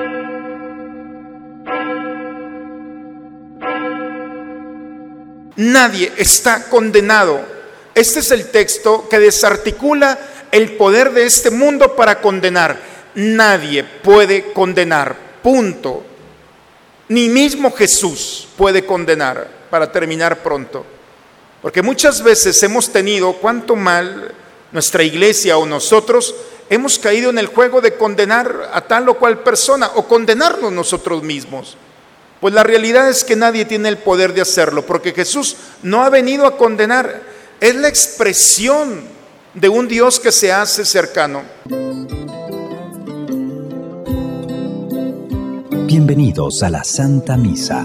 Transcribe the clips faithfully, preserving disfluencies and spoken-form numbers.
Nadie está condenado. Este es el texto que desarticula el poder de este mundo para condenar. Nadie puede condenar, punto. Ni mismo Jesús puede condenar, para terminar pronto. Porque muchas veces hemos tenido, cuánto mal nuestra iglesia o nosotros hemos caído en el juego de condenar a tal o cual persona o condenarnos nosotros mismos. Pues la realidad es que nadie tiene el poder de hacerlo, porque Jesús no ha venido a condenar. Es la expresión de un Dios que se hace cercano. Bienvenidos a la Santa Misa.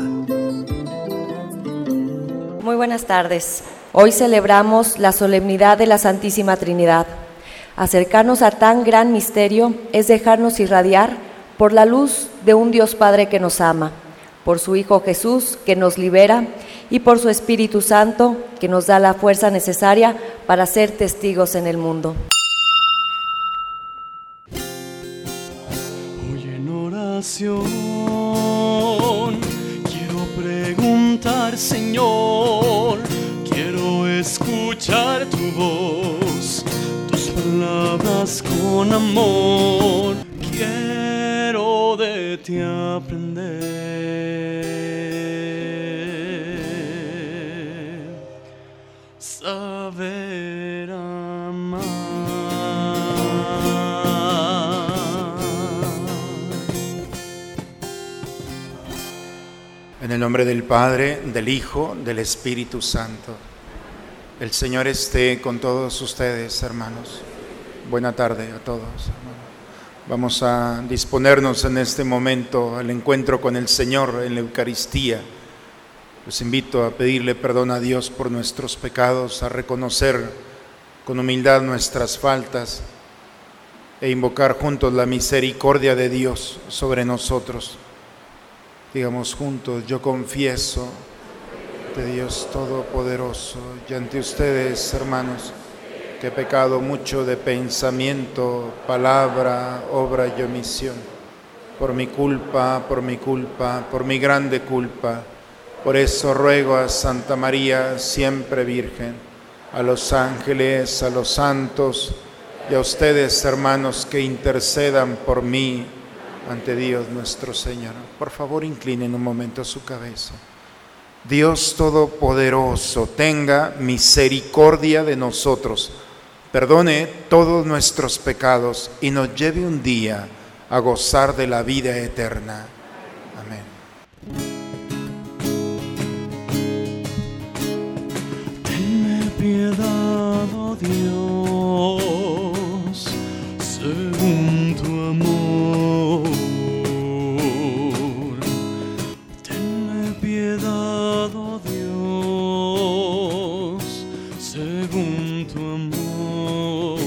Muy buenas tardes. Hoy celebramos la solemnidad de la Santísima Trinidad. Acercarnos a tan gran misterio es dejarnos irradiar por la luz de un Dios Padre que nos ama, por su Hijo Jesús que nos libera y por su Espíritu Santo que nos da la fuerza necesaria para ser testigos en el mundo. Hoy en oración quiero preguntar, Señor, quiero escuchar tu voz, tus palabras con amor, quiero de ti aprender, saber amar. En el nombre del Padre, del Hijo, del Espíritu Santo. El Señor esté con todos ustedes, hermanos. Buena tarde a todos, hermanos. Vamos a disponernos en este momento al encuentro con el Señor en la Eucaristía. Los invito a pedirle perdón a Dios por nuestros pecados, a reconocer con humildad nuestras faltas e invocar juntos la misericordia de Dios sobre nosotros. Digamos juntos: yo confieso ante Dios Todopoderoso y ante ustedes, hermanos, que he pecado mucho de pensamiento, palabra, obra y omisión. Por mi culpa, por mi culpa, por mi grande culpa. Por eso ruego a Santa María, siempre Virgen, a los ángeles, a los santos y a ustedes, hermanos, que intercedan por mí ante Dios nuestro Señor. Por favor, inclinen un momento su cabeza. Dios Todopoderoso, tenga misericordia de nosotros, perdone todos nuestros pecados y nos lleve un día a gozar de la vida eterna. Amén. Tenme piedad, oh Dios, según tu amor. Tenme piedad, oh Dios, según tu amor.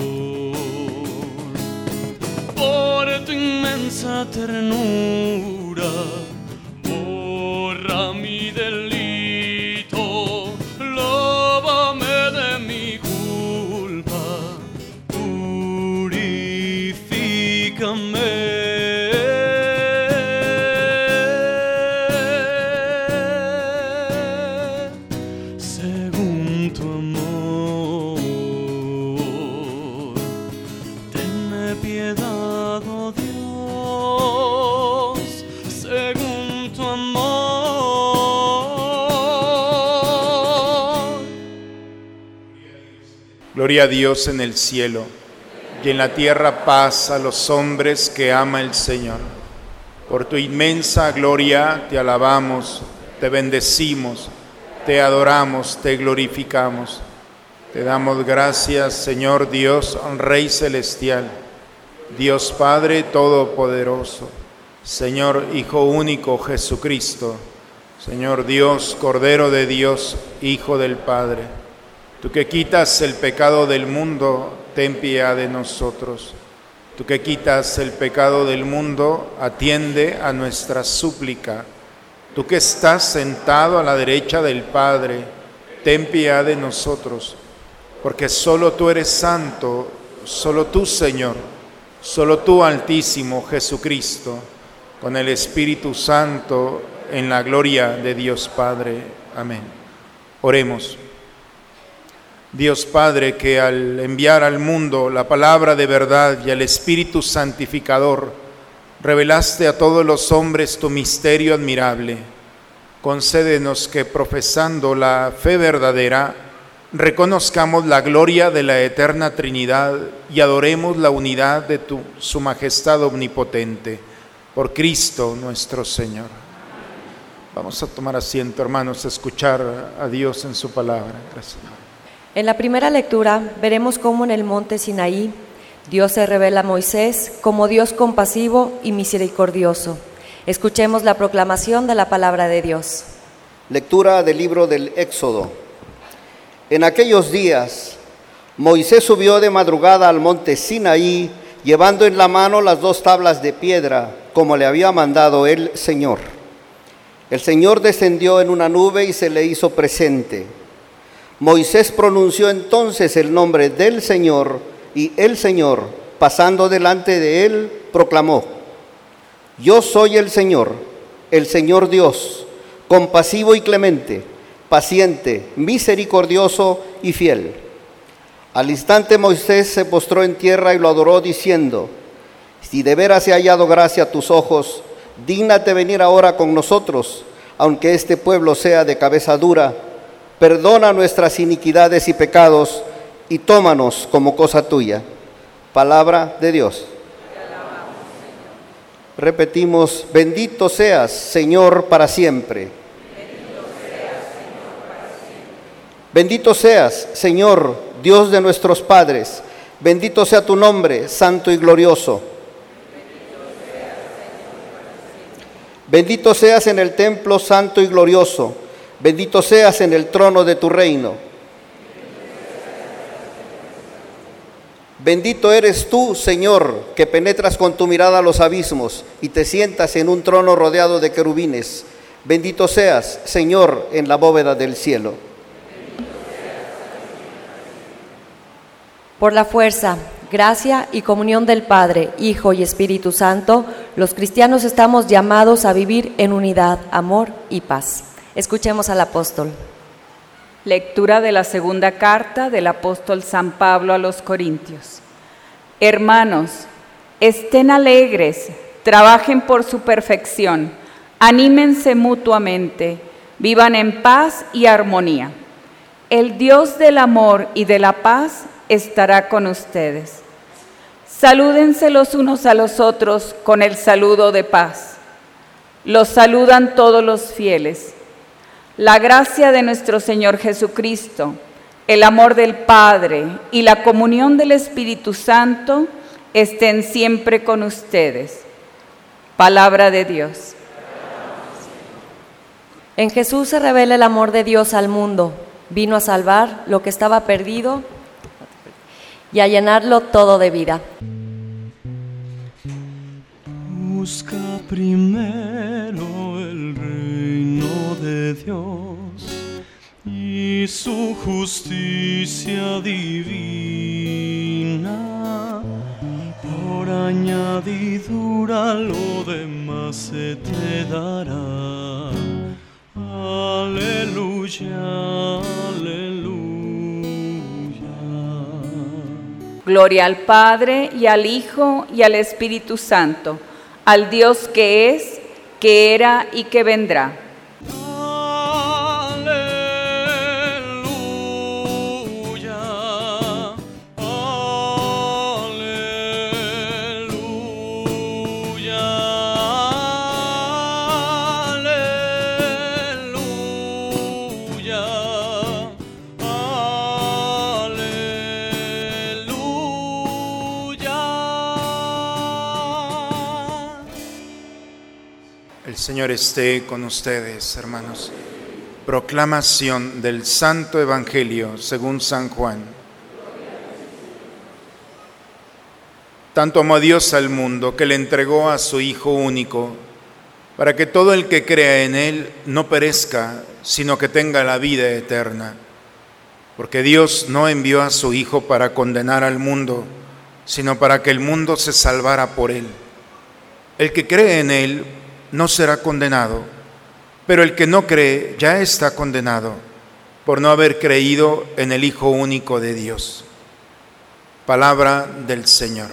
Por tu inmensa ternura, borra mi delito, lávame de mi culpa, purifícame. Según tu amor, tenme piedad, oh Dios, según tu amor. Gloria a Dios en el cielo y en la tierra paz a los hombres que ama el Señor. Por tu inmensa gloria te alabamos, te bendecimos, te adoramos, te glorificamos. Te damos gracias, Señor Dios, Rey celestial, Dios Padre todopoderoso, Señor Hijo único Jesucristo, Señor Dios, Cordero de Dios, Hijo del Padre. Tú que quitas el pecado del mundo, ten piedad de nosotros. Tú que quitas el pecado del mundo, atiende a nuestra súplica. Tú que estás sentado a la derecha del Padre, ten piedad de nosotros, porque solo tú eres santo, solo tú, Señor, solo tú, Altísimo Jesucristo, con el Espíritu Santo, en la gloria de Dios Padre. Amén. Oremos. Dios Padre, que al enviar al mundo la palabra de verdad y al Espíritu Santificador, revelaste a todos los hombres tu misterio admirable, concédenos que, profesando la fe verdadera, reconozcamos la gloria de la eterna Trinidad y adoremos la unidad de tu, su majestad omnipotente. Por Cristo nuestro Señor. Vamos a tomar asiento, hermanos, a escuchar a Dios en su palabra. Gracias. En la primera lectura veremos cómo en el monte Sinaí Dios se revela a Moisés como Dios compasivo y misericordioso. Escuchemos la proclamación de la palabra de Dios. Lectura del libro del Éxodo. En aquellos días, Moisés subió de madrugada al monte Sinaí, llevando en la mano las dos tablas de piedra, como le había mandado el Señor. El Señor descendió en una nube y se le hizo presente. Moisés pronunció entonces el nombre del Señor, y el Señor, pasando delante de él, proclamó: Yo soy el Señor, el Señor Dios, compasivo y clemente, paciente, misericordioso y fiel. Al instante Moisés se postró en tierra y lo adoró, diciendo: Si de veras he hallado gracia a tus ojos, dígnate venir ahora con nosotros, aunque este pueblo sea de cabeza dura. Perdona nuestras iniquidades y pecados, y tómanos como cosa tuya. Palabra de Dios. Repetimos: bendito seas, Señor, para siempre. Bendito seas, Señor, Dios de nuestros padres. Bendito sea tu nombre, santo y glorioso. Bendito seas en el templo santo y glorioso. Bendito seas en el trono de tu reino. Bendito eres tú, Señor, que penetras con tu mirada los abismos y te sientas en un trono rodeado de querubines. Bendito seas, Señor, en la bóveda del cielo. Por la fuerza, gracia y comunión del Padre, Hijo y Espíritu Santo, los cristianos estamos llamados a vivir en unidad, amor y paz. Escuchemos al apóstol. Lectura de la segunda carta del apóstol San Pablo a los Corintios. Hermanos, estén alegres, trabajen por su perfección, anímense mutuamente, vivan en paz y armonía. El Dios del amor y de la paz estará con ustedes. Salúdense los unos a los otros con el saludo de paz. Los saludan todos los fieles. La gracia de nuestro Señor Jesucristo, el amor del Padre y la comunión del Espíritu Santo estén siempre con ustedes. Palabra de Dios. En Jesús se revela el amor de Dios al mundo. Vino a salvar lo que estaba perdido y a llenarlo todo de vida. Busca primero el reino de Dios y su justicia divina. Por añadidura lo demás se te dará. Aleluya, aleluya. Gloria al Padre, y al Hijo, y al Espíritu Santo, al Dios que es, que era y que vendrá. El Señor esté con ustedes, hermanos. Proclamación del Santo Evangelio según San Juan. Tanto amó Dios al mundo que le entregó a su Hijo único, para que todo el que crea en Él no perezca, sino que tenga la vida eterna. Porque Dios no envió a su Hijo para condenar al mundo, sino para que el mundo se salvara por Él. El que cree en Él no será condenado, pero el que no cree ya está condenado por no haber creído en el Hijo único de Dios. Palabra del Señor.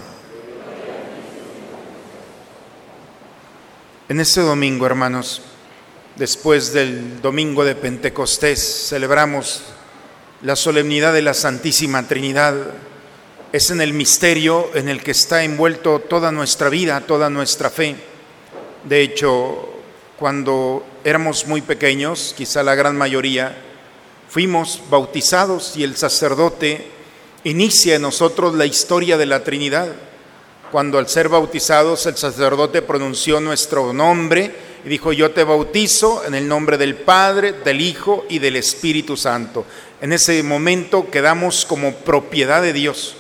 En este domingo, hermanos, después del domingo de Pentecostés, celebramos la solemnidad de la Santísima Trinidad. Es en el misterio en el que está envuelto toda nuestra vida, toda nuestra fe. De hecho, cuando éramos muy pequeños, quizá la gran mayoría, fuimos bautizados y el sacerdote inicia en nosotros la historia de la Trinidad. Cuando al ser bautizados el sacerdote pronunció nuestro nombre y dijo: yo te bautizo en el nombre del Padre, del Hijo y del Espíritu Santo. En ese momento quedamos como propiedad de Dios.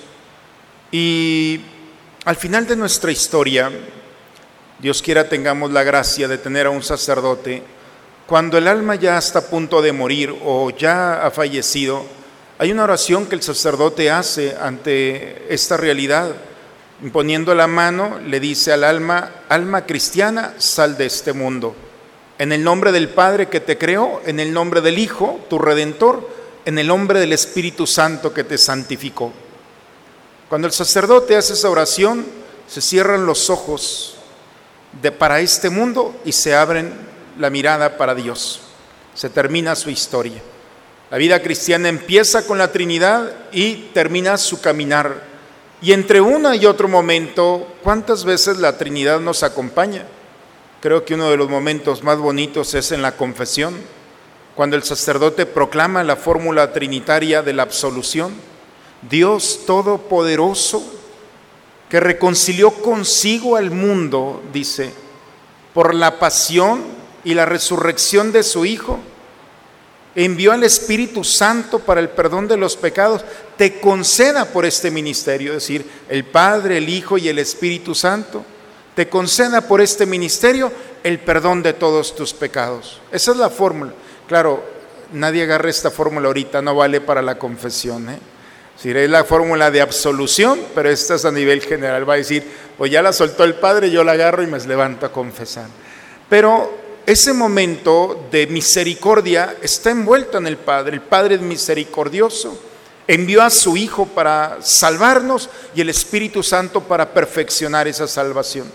Y al final de nuestra historia, Dios quiera tengamos la gracia de tener a un sacerdote, cuando el alma ya está a punto de morir o ya ha fallecido, hay una oración que el sacerdote hace ante esta realidad. Imponiendo la mano, le dice al alma: alma cristiana, sal de este mundo. En el nombre del Padre que te creó, en el nombre del Hijo, tu Redentor, en el nombre del Espíritu Santo que te santificó. Cuando el sacerdote hace esa oración, se cierran los ojos de, para este mundo y se abren la mirada para Dios. Se termina su historia. La vida cristiana empieza con la Trinidad y termina su caminar. Y entre uno y otro momento, ¿cuántas veces la Trinidad nos acompaña? Creo que uno de los momentos más bonitos es en la confesión, cuando el sacerdote proclama la fórmula trinitaria de la absolución. Dios Todopoderoso, que reconcilió consigo al mundo, dice, por la pasión y la resurrección de su Hijo, envió al Espíritu Santo para el perdón de los pecados, te conceda por este ministerio, es decir, el Padre, el Hijo y el Espíritu Santo, te conceda por este ministerio el perdón de todos tus pecados. Esa es la fórmula. Claro, nadie agarre esta fórmula ahorita, no vale para la confesión, ¿eh? Es decir, es la fórmula de absolución, pero esta es a nivel general. Va a decir, pues ya la soltó el Padre, yo la agarro y me levanto a confesar. Pero ese momento de misericordia está envuelto en el Padre. El Padre es misericordioso, envió a su Hijo para salvarnos y el Espíritu Santo para perfeccionar esa salvación.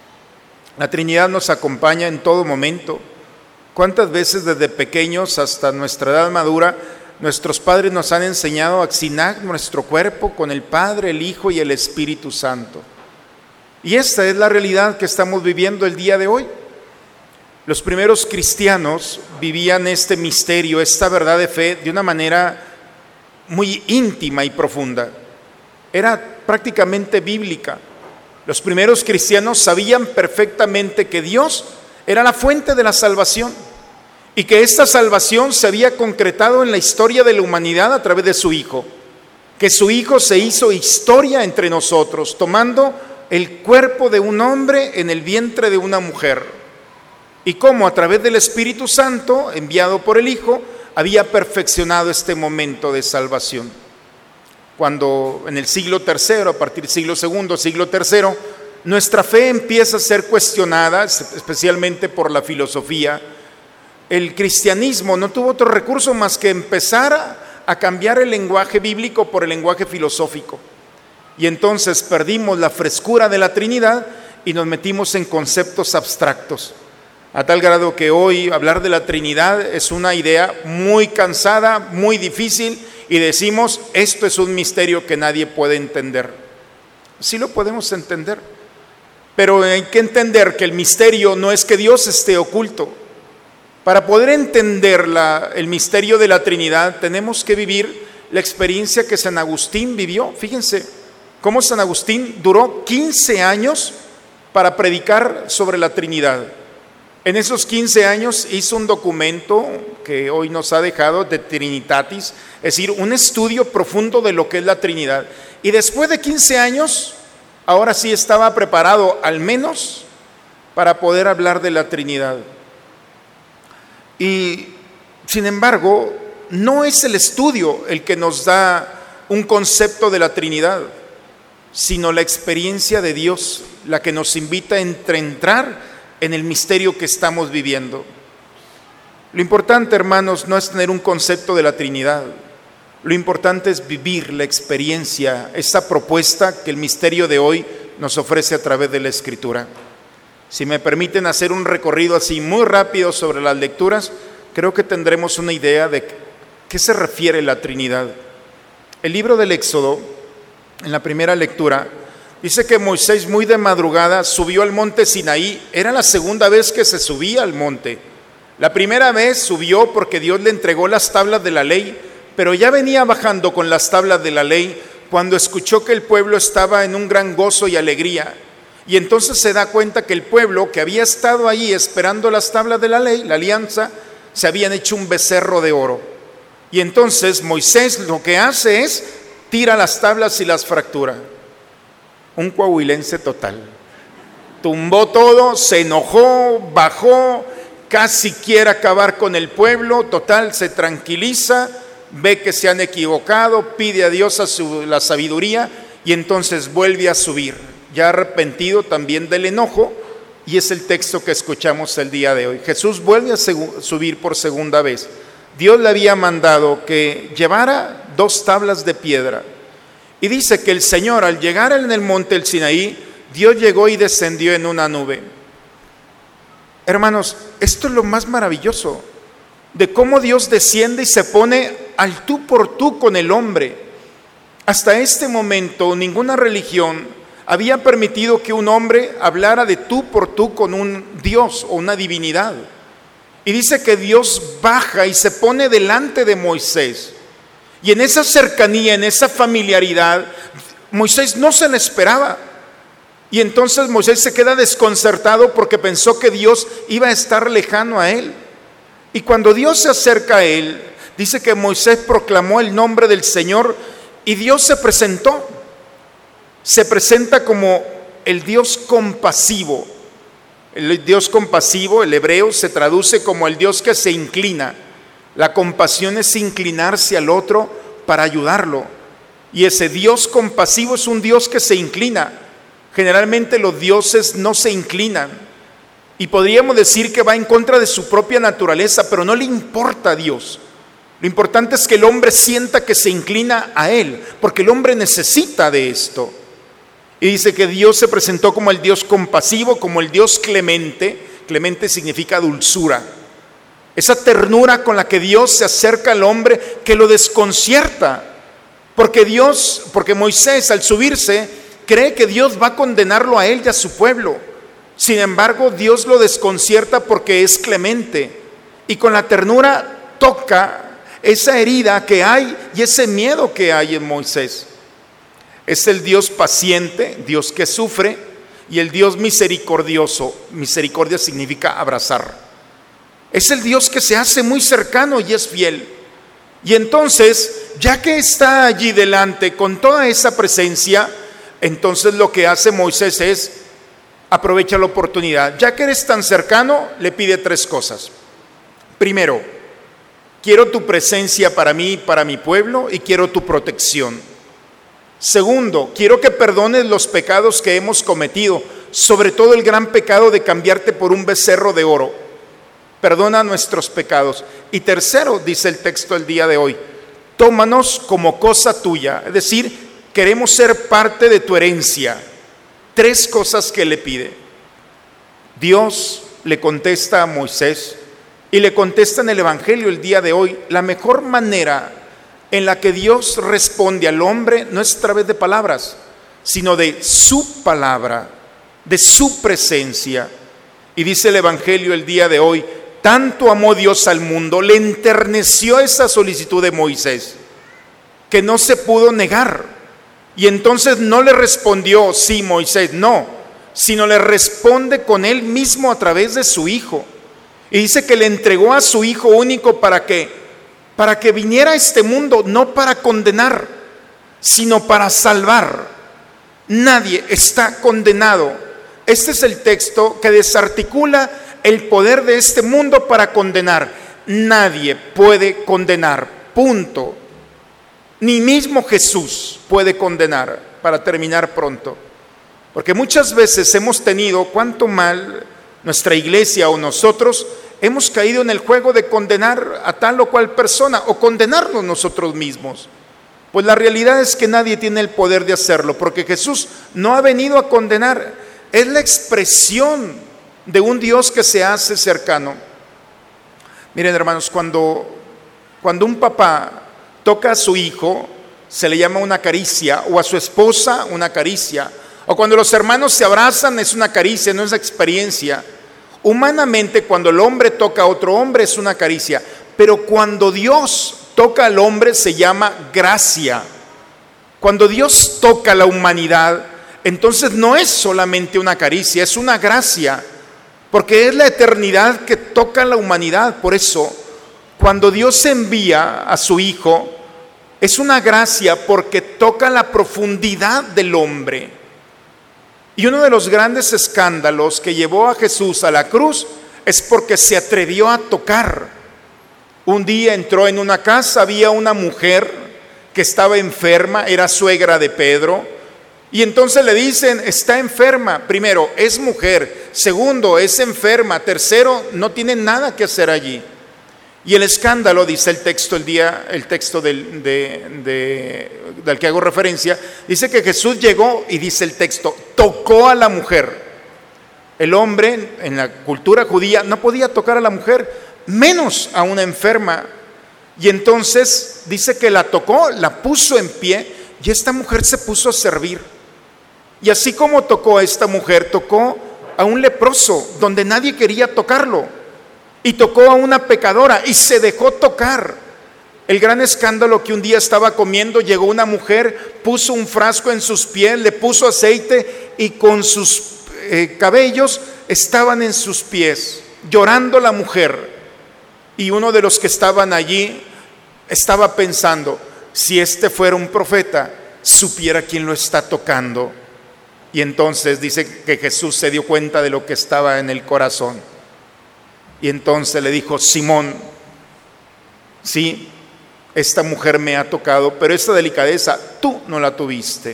La Trinidad nos acompaña en todo momento. ¿Cuántas veces desde pequeños hasta nuestra edad madura nuestros padres nos han enseñado a accinar nuestro cuerpo con el Padre, el Hijo y el Espíritu Santo? Y esta es la realidad que estamos viviendo el día de hoy. Los primeros cristianos vivían este misterio, esta verdad de fe, de una manera muy íntima y profunda. Era prácticamente bíblica. Los primeros cristianos sabían perfectamente que Dios era la fuente de la salvación y que esta salvación se había concretado en la historia de la humanidad a través de su Hijo. Que su Hijo se hizo historia entre nosotros, tomando el cuerpo de un hombre en el vientre de una mujer. Y cómo a través del Espíritu Santo, enviado por el Hijo, había perfeccionado este momento de salvación. Cuando en el siglo tercero, a partir del siglo segundo, siglo tercero, nuestra fe empieza a ser cuestionada, especialmente por la filosofía, el cristianismo no tuvo otro recurso más que empezar a, a cambiar el lenguaje bíblico por el lenguaje filosófico. Y entonces perdimos la frescura de la Trinidad y nos metimos en conceptos abstractos. A tal grado que hoy hablar de la Trinidad es una idea muy cansada, muy difícil, y decimos, esto es un misterio que nadie puede entender. Sí lo podemos entender, pero hay que entender que el misterio no es que Dios esté oculto. Para poder entender la, el misterio de la Trinidad, tenemos que vivir la experiencia que San Agustín vivió. Fíjense cómo San Agustín duró quince años para predicar sobre la Trinidad. En esos quince años hizo un documento que hoy nos ha dejado, de Trinitatis, es decir, un estudio profundo de lo que es la Trinidad. Y después de quince años, ahora sí estaba preparado al menos para poder hablar de la Trinidad. Y sin embargo, no es el estudio el que nos da un concepto de la Trinidad, sino la experiencia de Dios, la que nos invita a entrar en el misterio que estamos viviendo. Lo importante, hermanos, no es tener un concepto de la Trinidad. Lo importante es vivir la experiencia, esta propuesta que el misterio de hoy nos ofrece a través de la Escritura. Si me permiten hacer un recorrido así muy rápido sobre las lecturas, creo que tendremos una idea de qué se refiere la Trinidad. El libro del Éxodo, en la primera lectura, dice que Moisés muy de madrugada subió al monte Sinaí. Era la segunda vez que se subía al monte. La primera vez subió porque Dios le entregó las tablas de la ley, pero ya venía bajando con las tablas de la ley cuando escuchó que el pueblo estaba en un gran gozo y alegría. Y entonces se da cuenta que el pueblo que había estado allí esperando las tablas de la ley, la alianza, se habían hecho un becerro de oro. Y entonces Moisés lo que hace es tira las tablas y las fractura. Un coahuilense total. Tumbó todo, se enojó, bajó, casi quiere acabar con el pueblo, total, se tranquiliza, ve que se han equivocado, pide a Dios a su, la sabiduría y entonces vuelve a subir, ya arrepentido también del enojo, y es el texto que escuchamos el día de hoy. Jesús vuelve a subir por segunda vez. Dios le había mandado que llevara dos tablas de piedra, y dice que el Señor, al llegar en el monte del Sinaí, Dios llegó y descendió en una nube. Hermanos, esto es lo más maravilloso, de cómo Dios desciende y se pone al tú por tú con el hombre. Hasta este momento, ninguna religión había permitido que un hombre hablara de tú por tú con un Dios o una divinidad. Y dice que Dios baja y se pone delante de Moisés. Y en esa cercanía, en esa familiaridad, Moisés no se la esperaba. Y entonces Moisés se queda desconcertado porque pensó que Dios iba a estar lejano a él. Y cuando Dios se acerca a él, dice que Moisés proclamó el nombre del Señor y Dios se presentó. Se presenta como el Dios compasivo. El Dios compasivo, el hebreo, se traduce como el Dios que se inclina. La compasión es inclinarse al otro para ayudarlo. Y ese Dios compasivo es un Dios que se inclina. Generalmente los dioses no se inclinan. Y podríamos decir que va en contra de su propia naturaleza, pero no le importa a Dios. Lo importante es que el hombre sienta que se inclina a Él, porque el hombre necesita de esto. Y dice que Dios se presentó como el Dios compasivo, como el Dios clemente. Clemente significa dulzura. Esa ternura con la que Dios se acerca al hombre que lo desconcierta. Porque Dios, porque Moisés al subirse cree que Dios va a condenarlo a él y a su pueblo. Sin embargo, Dios lo desconcierta porque es clemente. Y con la ternura toca esa herida que hay y ese miedo que hay en Moisés. Es el Dios paciente, Dios que sufre, y el Dios misericordioso. Misericordia significa abrazar. Es el Dios que se hace muy cercano y es fiel. Y entonces, ya que está allí delante con toda esa presencia, entonces lo que hace Moisés es aprovecha la oportunidad. Ya que eres tan cercano, le pide tres cosas. Primero, quiero tu presencia para mí y para mi pueblo, y quiero tu protección. Segundo, quiero que perdones los pecados que hemos cometido, sobre todo el gran pecado de cambiarte por un becerro de oro. Perdona nuestros pecados. Y tercero, dice el texto el día de hoy, tómanos como cosa tuya, es decir, queremos ser parte de tu herencia. Tres cosas que le pide. Dios le contesta a Moisés y le contesta en el Evangelio el día de hoy. La mejor manera en la que Dios responde al hombre no es a través de palabras, sino de su palabra, de su presencia. Y dice el Evangelio el día de hoy, tanto amó Dios al mundo, le enterneció esa solicitud de Moisés, que no se pudo negar. Y entonces no le respondió, sí Moisés, no, sino le responde con él mismo a través de su Hijo. Y dice que le entregó a su Hijo único para que, para que viniera a este mundo, no para condenar, sino para salvar. Nadie está condenado. Este es el texto que desarticula el poder de este mundo para condenar. Nadie puede condenar, punto. Ni mismo Jesús puede condenar, para terminar pronto. Porque muchas veces hemos tenido, cuánto mal nuestra iglesia o nosotros hemos caído en el juego de condenar a tal o cual persona o condenarnos nosotros mismos. Pues la realidad es que nadie tiene el poder de hacerlo, porque Jesús no ha venido a condenar, es la expresión de un Dios que se hace cercano. Miren, hermanos, cuando, cuando un papá toca a su hijo, se le llama una caricia, o a su esposa una caricia, o cuando los hermanos se abrazan es una caricia, no es experiencia. Humanamente, cuando el hombre toca a otro hombre es una caricia, pero cuando Dios toca al hombre se llama gracia. Cuando Dios toca a la humanidad, entonces no es solamente una caricia, es una gracia, porque es la eternidad que toca a la humanidad. Por eso, cuando Dios envía a su Hijo, es una gracia porque toca la profundidad del hombre. Y uno de los grandes escándalos que llevó a Jesús a la cruz es porque se atrevió a tocar. Un día entró en una casa, había una mujer que estaba enferma, era suegra de Pedro, y entonces le dicen, está enferma. Primero, es mujer. Segundo, es enferma. Tercero, no tiene nada que hacer allí. Y el escándalo, dice el texto, el día, el texto del, de, de, del que hago referencia, dice que Jesús llegó y dice el texto, tocó a la mujer. El hombre en la cultura judía no podía tocar a la mujer, menos a una enferma. Y entonces dice que la tocó, la puso en pie y esta mujer se puso a servir. Y así como tocó a esta mujer, tocó a un leproso donde nadie quería tocarlo. Y tocó a una pecadora y se dejó tocar. El gran escándalo que un día estaba comiendo, llegó una mujer, puso un frasco en sus pies, le puso aceite y con sus eh, cabellos estaban en sus pies, llorando la mujer. Y uno de los que estaban allí estaba pensando, si este fuera un profeta, supiera quién lo está tocando. Y entonces dice que Jesús se dio cuenta de lo que estaba en el corazón. Y entonces le dijo, Simón, sí, esta mujer me ha tocado, pero esta delicadeza tú no la tuviste.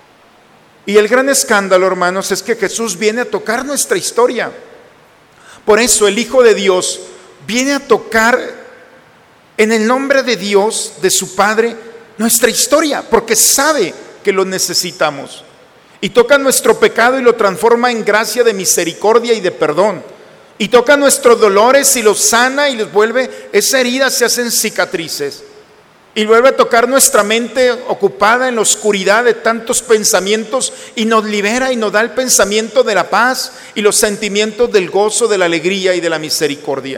Y el gran escándalo, hermanos, es que Jesús viene a tocar nuestra historia. Por eso el Hijo de Dios viene a tocar en el nombre de Dios, de su Padre, nuestra historia, porque sabe que lo necesitamos. Y toca nuestro pecado y lo transforma en gracia de misericordia y de perdón. Y toca nuestros dolores y los sana y los vuelve, esa herida se hacen cicatrices. Y vuelve a tocar nuestra mente ocupada en la oscuridad de tantos pensamientos y nos libera y nos da el pensamiento de la paz y los sentimientos del gozo, de la alegría y de la misericordia.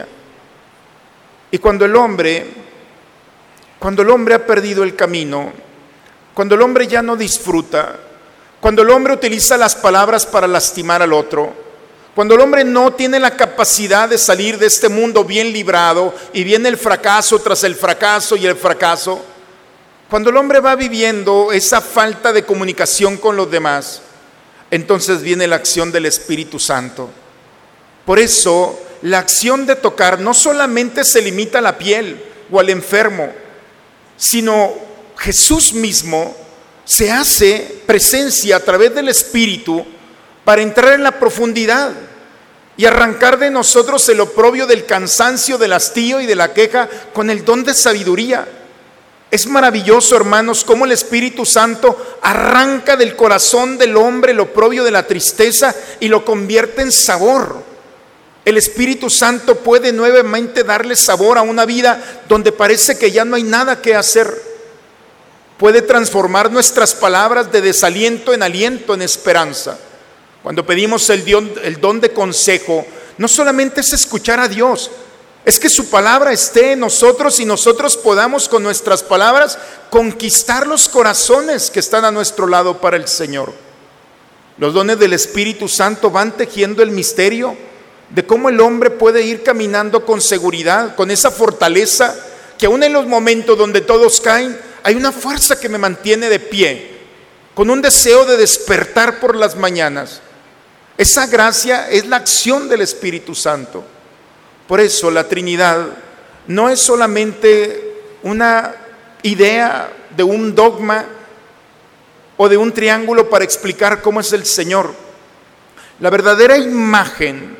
Y cuando el hombre, cuando el hombre ha perdido el camino, cuando el hombre ya no disfruta, cuando el hombre utiliza las palabras para lastimar al otro, cuando el hombre no tiene la capacidad de salir de este mundo bien librado y viene el fracaso tras el fracaso y el fracaso, cuando el hombre va viviendo esa falta de comunicación con los demás, entonces viene la acción del Espíritu Santo. Por eso, la acción de tocar no solamente se limita a la piel o al enfermo, sino Jesús mismo se hace presencia a través del Espíritu para entrar en la profundidad y arrancar de nosotros el oprobio del cansancio, del hastío y de la queja con el don de sabiduría. Es maravilloso, hermanos, cómo el Espíritu Santo arranca del corazón del hombre el oprobio de la tristeza y lo convierte en sabor. El Espíritu Santo puede nuevamente darle sabor a una vida donde parece que ya no hay nada que hacer. Puede transformar nuestras palabras de desaliento en aliento, en esperanza. Cuando pedimos el don, el don de consejo, no solamente es escuchar a Dios, es que su palabra esté en nosotros y nosotros podamos con nuestras palabras conquistar los corazones que están a nuestro lado para el Señor. Los dones del Espíritu Santo van tejiendo el misterio de cómo el hombre puede ir caminando con seguridad, con esa fortaleza que aún en los momentos donde todos caen, hay una fuerza que me mantiene de pie, con un deseo de despertar por las mañanas. Esa gracia es la acción del Espíritu Santo. Por eso la Trinidad no es solamente una idea de un dogma o de un triángulo para explicar cómo es el Señor. La verdadera imagen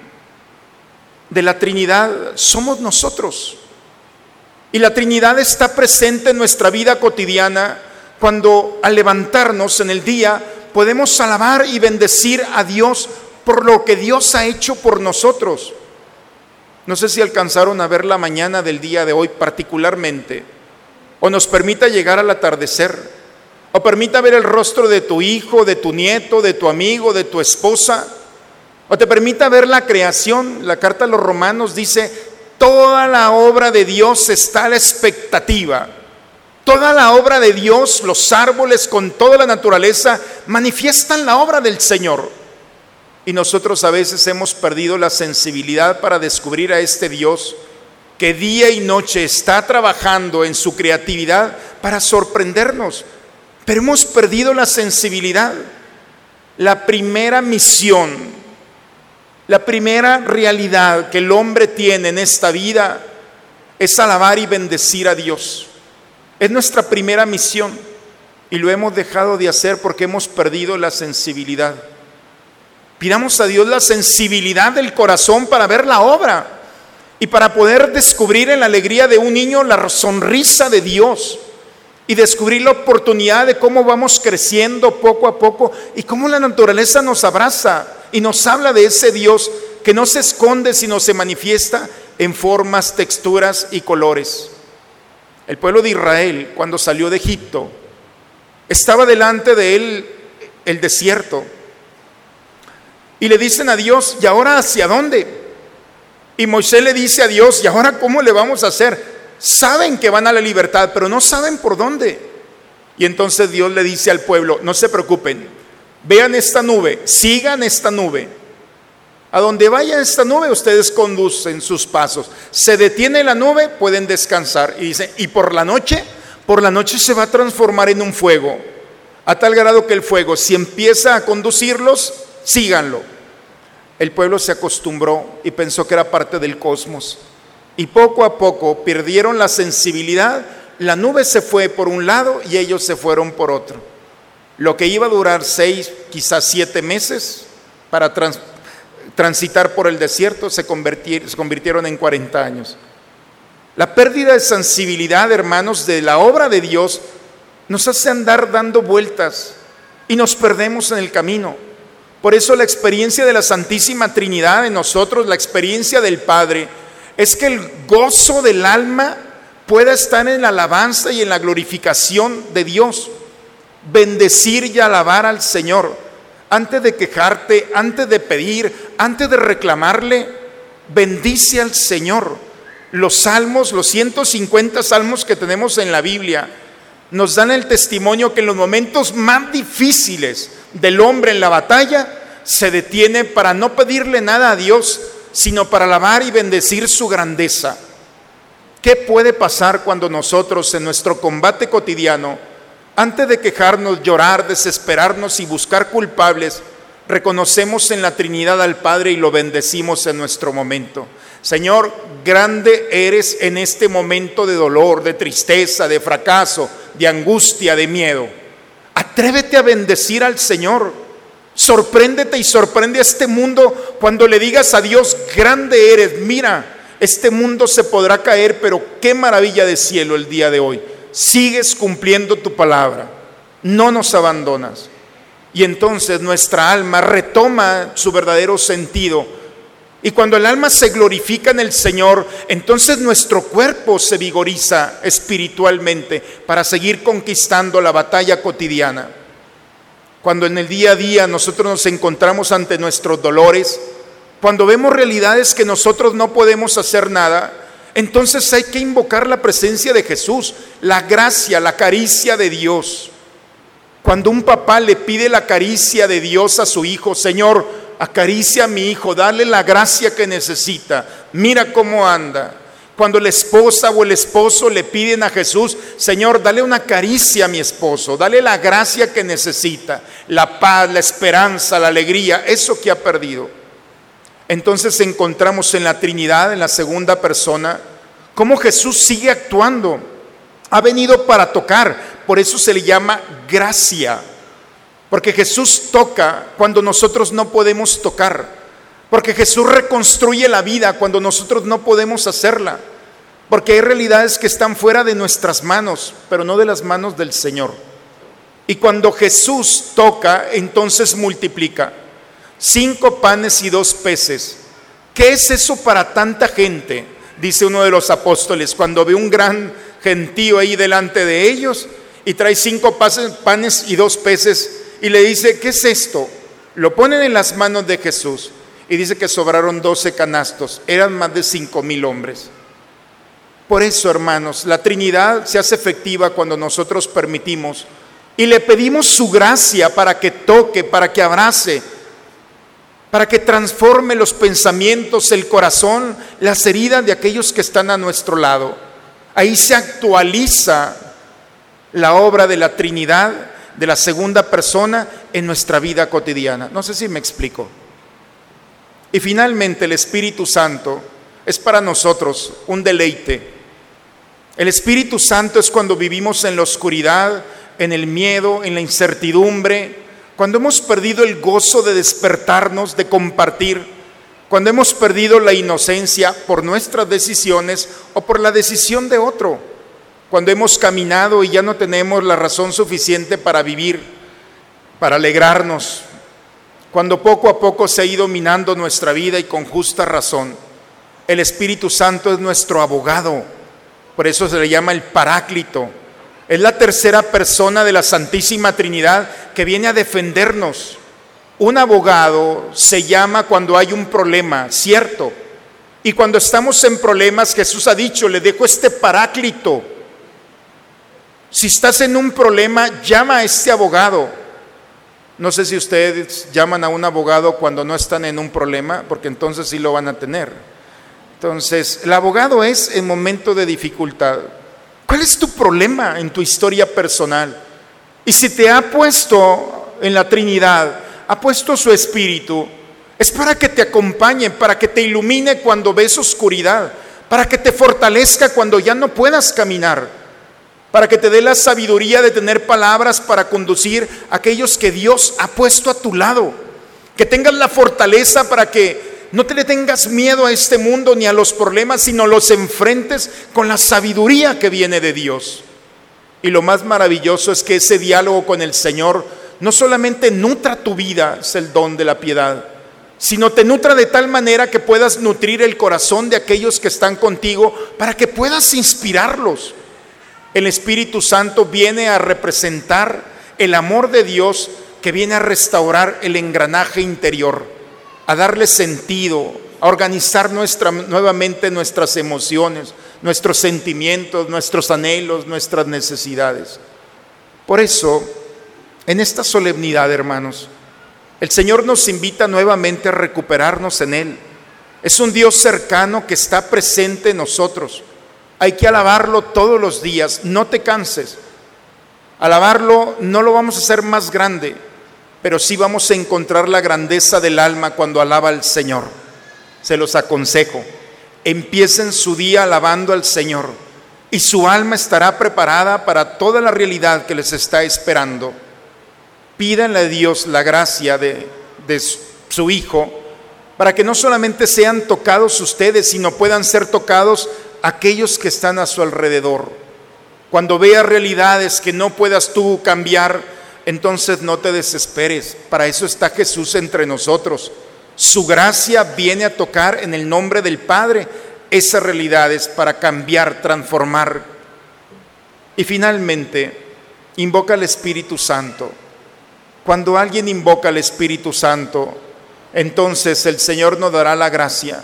de la Trinidad somos nosotros. Y la Trinidad está presente en nuestra vida cotidiana cuando al levantarnos en el día podemos alabar y bendecir a Dios por lo que Dios ha hecho por nosotros. No sé si alcanzaron a ver la mañana del día de hoy particularmente, o nos permita llegar al atardecer, o permita ver el rostro de tu hijo, de tu nieto, de tu amigo, de tu esposa, o te permita ver la creación. La carta a los Romanos dice: toda la obra de Dios está a la expectativa. Toda la obra de Dios, los árboles con toda la naturaleza, manifiestan la obra del Señor. Y nosotros a veces hemos perdido la sensibilidad para descubrir a este Dios que día y noche está trabajando en su creatividad para sorprendernos. Pero hemos perdido la sensibilidad. La primera misión, la primera realidad que el hombre tiene en esta vida es alabar y bendecir a Dios. Es nuestra primera misión y lo hemos dejado de hacer porque hemos perdido la sensibilidad. Pidamos a Dios la sensibilidad del corazón para ver la obra y para poder descubrir en la alegría de un niño la sonrisa de Dios y descubrir la oportunidad de cómo vamos creciendo poco a poco y cómo la naturaleza nos abraza y nos habla de ese Dios que no se esconde sino se manifiesta en formas, texturas y colores. El pueblo de Israel, cuando salió de Egipto, estaba delante de él el desierto. Y le dicen a Dios: ¿y ahora hacia dónde? Y Moisés le dice a Dios: ¿y ahora cómo le vamos a hacer? Saben que van a la libertad, pero no saben por dónde. Y entonces Dios le dice al pueblo: no se preocupen, vean esta nube, sigan esta nube. A donde vaya esta nube, ustedes conducen sus pasos. Se detiene la nube, pueden descansar. Y dice: y por la noche, por la noche se va a transformar en un fuego, a tal grado que el fuego, si empieza a conducirlos, síganlo. El pueblo se acostumbró y pensó que era parte del cosmos. Y poco a poco perdieron la sensibilidad. La nube se fue por un lado y ellos se fueron por otro. Lo que iba a durar seis, quizás siete meses para trans, transitar por el desierto, se, convertir, se convirtieron en cuarenta años. La pérdida de sensibilidad, hermanos, de la obra de Dios nos hace andar dando vueltas y nos perdemos en el camino. Por eso la experiencia de la Santísima Trinidad en nosotros, la experiencia del Padre, es que el gozo del alma pueda estar en la alabanza y en la glorificación de Dios. Bendecir y alabar al Señor. Antes de quejarte, antes de pedir, antes de reclamarle, bendice al Señor. Los salmos, los ciento cincuenta salmos que tenemos en la Biblia, nos dan el testimonio que en los momentos más difíciles del hombre en la batalla, se detiene para no pedirle nada a Dios, sino para alabar y bendecir su grandeza. ¿Qué puede pasar cuando nosotros en nuestro combate cotidiano, antes de quejarnos, llorar, desesperarnos y buscar culpables, reconocemos en la Trinidad al Padre y lo bendecimos en nuestro momento? Señor, grande eres en este momento de dolor, de tristeza, de fracaso, de angustia, de miedo. Atrévete a bendecir al Señor. Sorpréndete y sorprende a este mundo cuando le digas a Dios: grande eres. Mira, este mundo se podrá caer, pero qué maravilla de cielo el día de hoy. Sigues cumpliendo tu palabra, no nos abandonas. Y entonces nuestra alma retoma su verdadero sentido. Y cuando el alma se glorifica en el Señor, entonces nuestro cuerpo se vigoriza espiritualmente para seguir conquistando la batalla cotidiana. Cuando en el día a día nosotros nos encontramos ante nuestros dolores, cuando vemos realidades que nosotros no podemos hacer nada, entonces hay que invocar la presencia de Jesús, la gracia, la caricia de Dios. Cuando un papá le pide la caricia de Dios a su hijo: Señor, acaricia a mi hijo, dale la gracia que necesita, mira cómo anda. Cuando la esposa o el esposo le piden a Jesús: Señor, dale una caricia a mi esposo, dale la gracia que necesita, la paz, la esperanza, la alegría, eso que ha perdido. Entonces encontramos en la Trinidad, en la segunda persona, cómo Jesús sigue actuando. Ha venido para tocar, por eso se le llama gracia. porque Jesús toca cuando nosotros no podemos tocar, porque Jesús reconstruye la vida cuando nosotros no podemos hacerla, porque hay realidades que están fuera de nuestras manos, pero no de las manos del Señor. Y cuando Jesús toca, entonces multiplica. Cinco panes y dos peces. ¿Qué es eso para tanta gente? Dice uno de los apóstoles, cuando ve un gran gentío ahí delante de ellos y trae cinco panes y dos peces y le dice, ¿qué es esto? Lo ponen en las manos de Jesús y dice que sobraron doce canastos, eran más de cinco mil hombres. Por eso, hermanos, la Trinidad se hace efectiva cuando nosotros permitimos y le pedimos su gracia para que toque, para que abrace, para que transforme los pensamientos, el corazón, las heridas de aquellos que están a nuestro lado. Ahí se actualiza la obra de la Trinidad, de la segunda persona en nuestra vida cotidiana. No sé si me explico. Y finalmente el Espíritu Santo es para nosotros un deleite. El Espíritu Santo es cuando vivimos en la oscuridad, en el miedo, en la incertidumbre, cuando hemos perdido el gozo de despertarnos, de compartir, cuando hemos perdido la inocencia por nuestras decisiones o por la decisión de otro, cuando hemos caminado y ya no tenemos la razón suficiente para vivir, para alegrarnos, cuando poco a poco se ha ido minando nuestra vida y con justa razón. El Espíritu Santo es nuestro abogado, por eso se le llama el Paráclito. Es la tercera persona de la Santísima Trinidad que viene a defendernos. Un abogado se llama cuando hay un problema, cierto. Y cuando estamos en problemas, Jesús ha dicho, le dejo este Paráclito. Si estás en un problema, llama a este abogado. No sé si ustedes llaman a un abogado cuando no están en un problema, porque entonces sí lo van a tener. Entonces, el abogado es en momento de dificultad. ¿Cuál es tu problema en tu historia personal? Y si te ha puesto en la Trinidad, ha puesto su Espíritu, es para que te acompañe, para que te ilumine cuando ves oscuridad, para que te fortalezca cuando ya no puedas caminar, para que te dé la sabiduría de tener palabras para conducir a aquellos que Dios ha puesto a tu lado, que tengas la fortaleza para que no te le tengas miedo a este mundo ni a los problemas, sino los enfrentes con la sabiduría que viene de Dios. Y lo más maravilloso es que ese diálogo con el Señor no solamente nutra tu vida, es el don de la piedad, sino te nutra de tal manera que puedas nutrir el corazón de aquellos que están contigo para que puedas inspirarlos. El Espíritu Santo viene a representar el amor de Dios que viene a restaurar el engranaje interior, a darle sentido, a organizar nuestra, nuevamente nuestras emociones, nuestros sentimientos, nuestros anhelos, nuestras necesidades. Por eso, en esta solemnidad, hermanos, el Señor nos invita nuevamente a recuperarnos en Él. Es un Dios cercano que está presente en nosotros. Hay que alabarlo todos los días, no te canses. Alabarlo no lo vamos a hacer más grande, pero sí vamos a encontrar la grandeza del alma cuando alaba al Señor. Se los aconsejo, empiecen su día alabando al Señor y su alma estará preparada para toda la realidad que les está esperando. Pídanle a Dios la gracia de, de su Hijo para que no solamente sean tocados ustedes, sino puedan ser tocados aquellos que están a su alrededor. Cuando veas realidades que no puedas tú cambiar, entonces no te desesperes, para eso está Jesús entre nosotros. Su gracia viene a tocar en el nombre del Padre esas realidades para cambiar, transformar. Y finalmente, invoca al Espíritu Santo. Cuando alguien invoca al Espíritu Santo, entonces el Señor nos dará la gracia.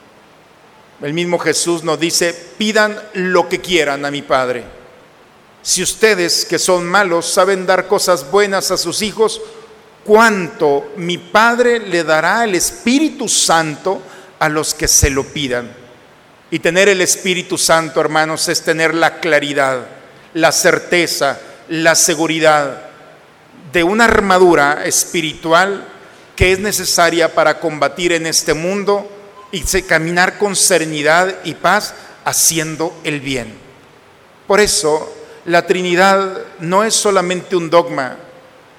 El mismo Jesús nos dice, pidan lo que quieran a mi Padre. Si ustedes que son malos saben dar cosas buenas a sus hijos, ¿cuánto mi Padre le dará el Espíritu Santo a los que se lo pidan? Y tener el Espíritu Santo, hermanos, es tener la claridad, la certeza, la seguridad de una armadura espiritual que es necesaria para combatir en este mundo y caminar con serenidad y paz haciendo el bien. Por eso, la Trinidad no es solamente un dogma,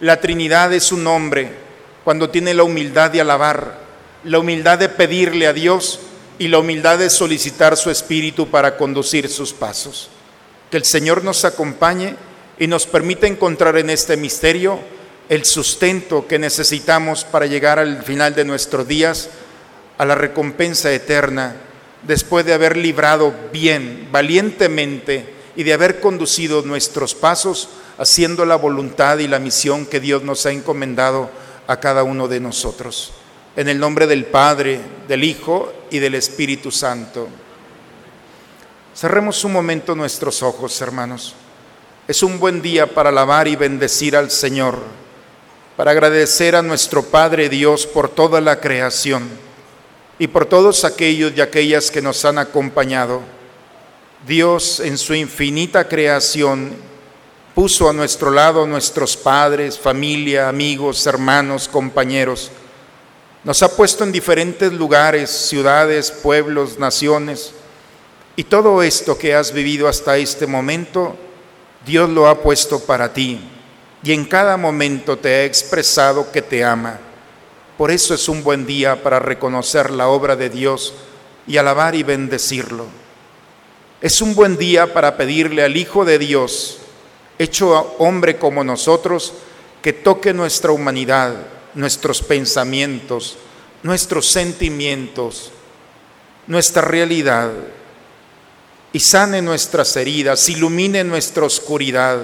La Trinidad es un hombre cuando tiene la humildad de alabar, la humildad de pedirle a Dios y la humildad de solicitar su Espíritu para conducir sus pasos. Que el Señor nos acompañe y nos permita encontrar en este misterio el sustento que necesitamos para llegar al final de nuestros días a la recompensa eterna, después de haber librado bien, valientemente, y de haber conducido nuestros pasos haciendo la voluntad y la misión que Dios nos ha encomendado a cada uno de nosotros. En el nombre del Padre, del Hijo y del Espíritu Santo. Cerremos un momento nuestros ojos, hermanos. Es un buen día para alabar y bendecir al Señor, para agradecer a nuestro Padre Dios por toda la creación y por todos aquellos y aquellas que nos han acompañado. Dios, en su infinita creación, puso a nuestro lado nuestros padres, familia, amigos, hermanos, compañeros. Nos ha puesto en diferentes lugares, ciudades, pueblos, naciones. Y todo esto que has vivido hasta este momento, Dios lo ha puesto para ti. Y en cada momento te ha expresado que te ama. Por eso es un buen día para reconocer la obra de Dios y alabar y bendecirlo. Es un buen día para pedirle al Hijo de Dios, hecho hombre como nosotros, que toque nuestra humanidad, nuestros pensamientos, nuestros sentimientos, nuestra realidad, y sane nuestras heridas, ilumine nuestra oscuridad,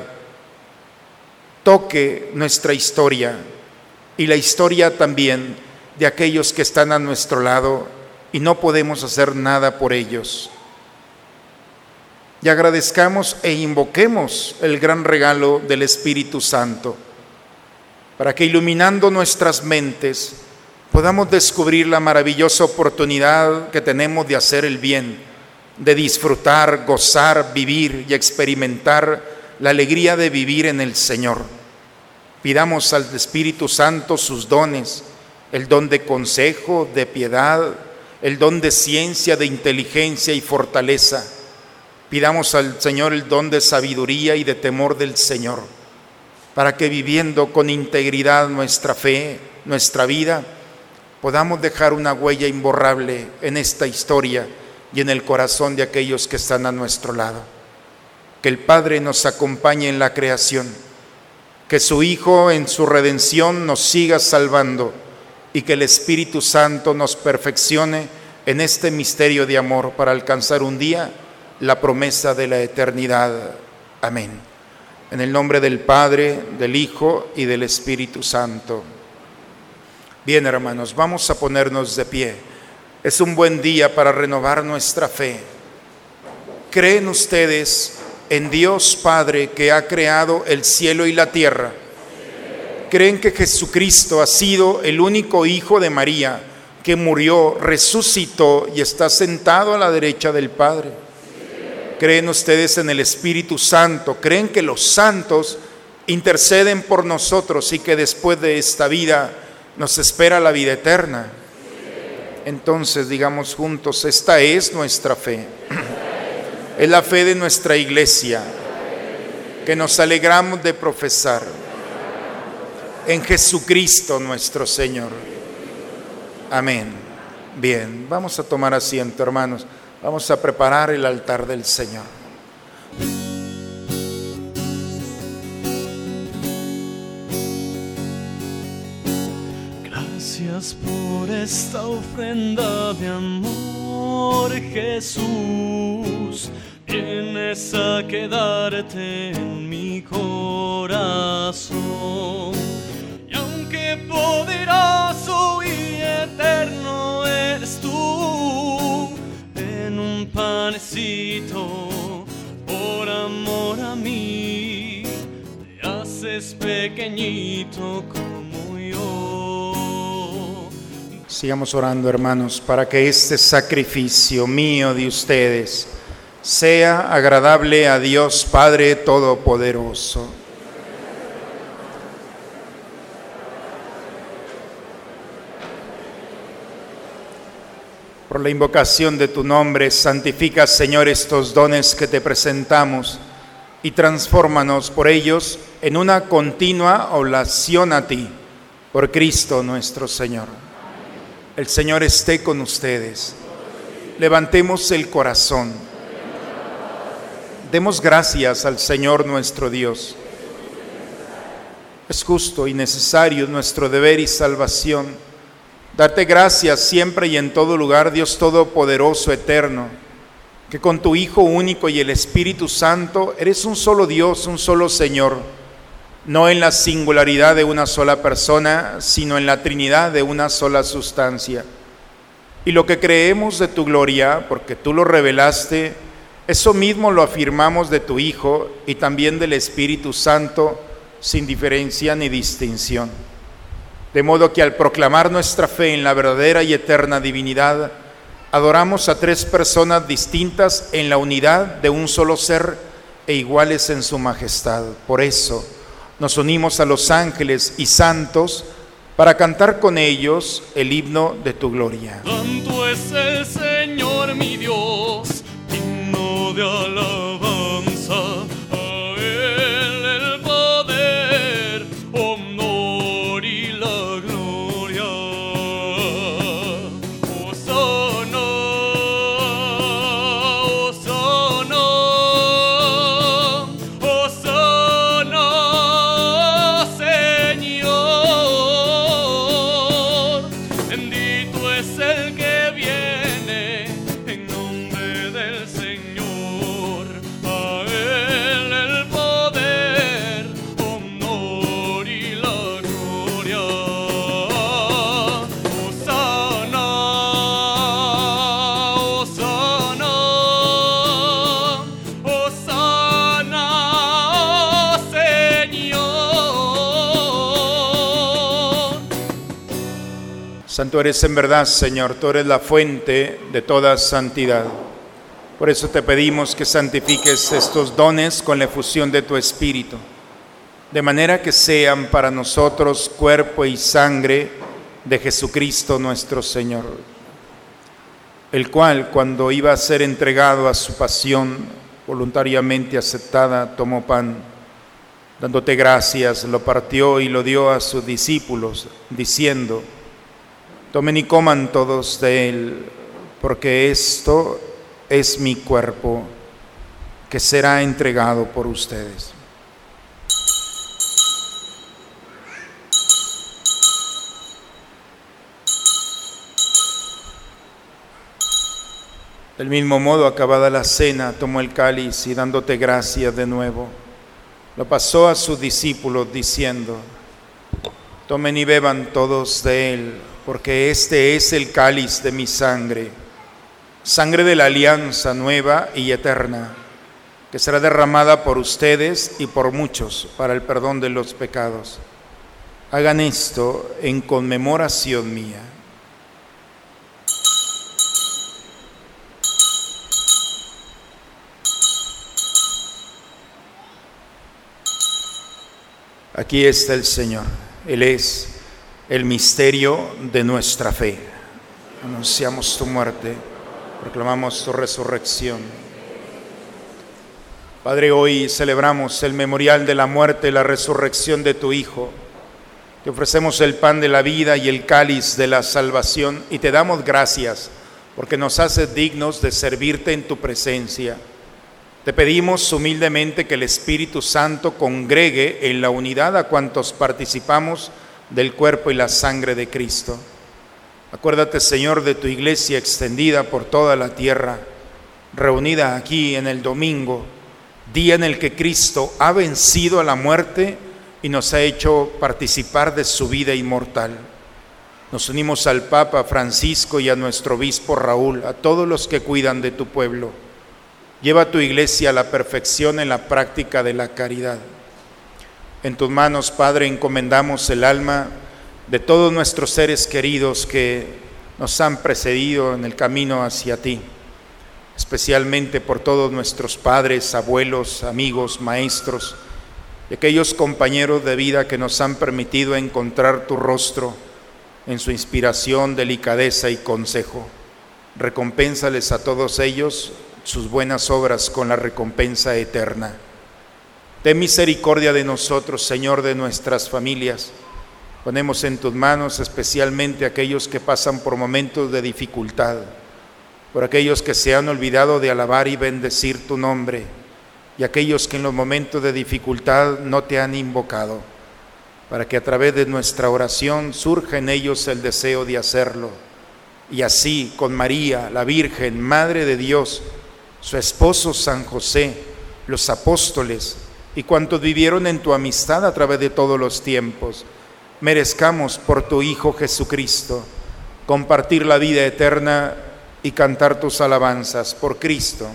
toque nuestra historia y la historia también de aquellos que están a nuestro lado y no podemos hacer nada por ellos. Y agradezcamos e invoquemos el gran regalo del Espíritu Santo, para que iluminando nuestras mentes podamos descubrir la maravillosa oportunidad que tenemos de hacer el bien, de disfrutar, gozar, vivir y experimentar la alegría de vivir en el Señor. Pidamos al Espíritu Santo sus dones, el don de consejo, de piedad, el don de ciencia, de inteligencia y fortaleza. Pidamos al Señor el don de sabiduría y de temor del Señor, para que viviendo con integridad nuestra fe, nuestra vida, podamos dejar una huella imborrable en esta historia y en el corazón de aquellos que están a nuestro lado. Que el Padre nos acompañe en la creación, que su Hijo en su redención nos siga salvando y que el Espíritu Santo nos perfeccione en este misterio de amor para alcanzar un día la promesa de la eternidad. Amén. En el nombre del Padre, del Hijo y del Espíritu Santo. Bien, hermanos, vamos a ponernos de pie. Es un buen día para renovar nuestra fe. ¿Creen ustedes en Dios Padre que ha creado el cielo y la tierra? ¿Creen que Jesucristo ha sido el único Hijo de María que murió, resucitó y está sentado a la derecha del Padre? ¿Creen ustedes en el Espíritu Santo? ¿Creen que los santos interceden por nosotros y que después de esta vida nos espera la vida eterna? Entonces digamos juntos, esta es nuestra fe. Es la fe de nuestra iglesia, que nos alegramos de profesar en Jesucristo nuestro Señor. Amén. Bien, vamos a tomar asiento, hermanos. Vamos a preparar el altar del Señor. Gracias por esta ofrenda de amor, Jesús. Vienes a quedarte en mi corazón. Y aunque poderoso y eterno eres tú, en un panecito, por amor a mí, te haces pequeñito como yo. Sigamos orando, hermanos, para que este sacrificio mío de ustedes sea agradable a Dios Padre Todopoderoso. Por la invocación de tu nombre, santifica, Señor, estos dones que te presentamos, y transfórmanos por ellos en una continua oración a ti, por Cristo nuestro Señor. El Señor esté con ustedes. Levantemos el corazón. Demos gracias al Señor nuestro Dios. Es justo y necesario nuestro deber y salvación darte gracias siempre y en todo lugar, Dios Todopoderoso, eterno, que con tu Hijo único y el Espíritu Santo eres un solo Dios, un solo Señor, no en la singularidad de una sola persona, sino en la Trinidad de una sola sustancia. Y lo que creemos de tu gloria, porque tú lo revelaste, eso mismo lo afirmamos de tu Hijo y también del Espíritu Santo, sin diferencia ni distinción. De modo que al proclamar nuestra fe en la verdadera y eterna divinidad, adoramos a tres personas distintas en la unidad de un solo ser e iguales en su majestad. Por eso nos unimos a los ángeles y santos para cantar con ellos el himno de tu gloria. Santo es el Señor mi Dios, digno de alabanza. A Él el poder, honor y la gloria. Hosana, Hosana, Hosana, Señor. Bendito es el que viene en nombre del Señor. A Él el poder, honor y la gloria. Hosana, Hosana, Hosana, Señor. Santo eres en verdad, Señor, tú eres la fuente de toda santidad. Por eso te pedimos que santifiques estos dones con la efusión de tu Espíritu, de manera que sean para nosotros cuerpo y sangre de Jesucristo nuestro Señor, el cual, cuando iba a ser entregado a su pasión voluntariamente aceptada, tomó pan, dándote gracias, lo partió y lo dio a sus discípulos, diciendo: tomen y coman todos de él, porque esto es mi cuerpo, que será entregado por ustedes. Del mismo modo, acabada la cena, tomó el cáliz y dándote gracias de nuevo, lo pasó a sus discípulos diciendo: tomen y beban todos de él, porque este es el cáliz de mi sangre, sangre de la alianza nueva y eterna, que será derramada por ustedes y por muchos para el perdón de los pecados. Hagan esto en conmemoración mía. Aquí está el Señor. Él es el misterio de nuestra fe. Anunciamos tu muerte, proclamamos tu resurrección. Padre, hoy celebramos el memorial de la muerte y la resurrección de tu Hijo. Te ofrecemos el pan de la vida y el cáliz de la salvación y te damos gracias porque nos haces dignos de servirte en tu presencia. Te pedimos humildemente que el Espíritu Santo congregue en la unidad a cuantos participamos del cuerpo y la sangre de Cristo. Acuérdate, Señor, de tu iglesia extendida por toda la tierra, reunida aquí en el domingo, día en el que Cristo ha vencido a la muerte y nos ha hecho participar de su vida inmortal. Nos unimos al Papa Francisco y a nuestro obispo Raúl, a todos los que cuidan de tu pueblo. Lleva a tu iglesia a la perfección en la práctica de la caridad. En tus manos, Padre, encomendamos el alma de todos nuestros seres queridos que nos han precedido en el camino hacia ti, especialmente por todos nuestros padres, abuelos, amigos, maestros y aquellos compañeros de vida que nos han permitido encontrar tu rostro en su inspiración, delicadeza y consejo. Recompénsales a todos ellos sus buenas obras con la recompensa eterna. Ten misericordia de nosotros, Señor, de nuestras familias. Ponemos en tus manos especialmente a aquellos que pasan por momentos de dificultad, por aquellos que se han olvidado de alabar y bendecir tu nombre, y aquellos que en los momentos de dificultad no te han invocado, para que a través de nuestra oración surja en ellos el deseo de hacerlo. Y así, con María, la Virgen, Madre de Dios, su esposo San José, los apóstoles y cuantos vivieron en tu amistad a través de todos los tiempos, merezcamos por tu Hijo Jesucristo compartir la vida eterna y cantar tus alabanzas por Cristo.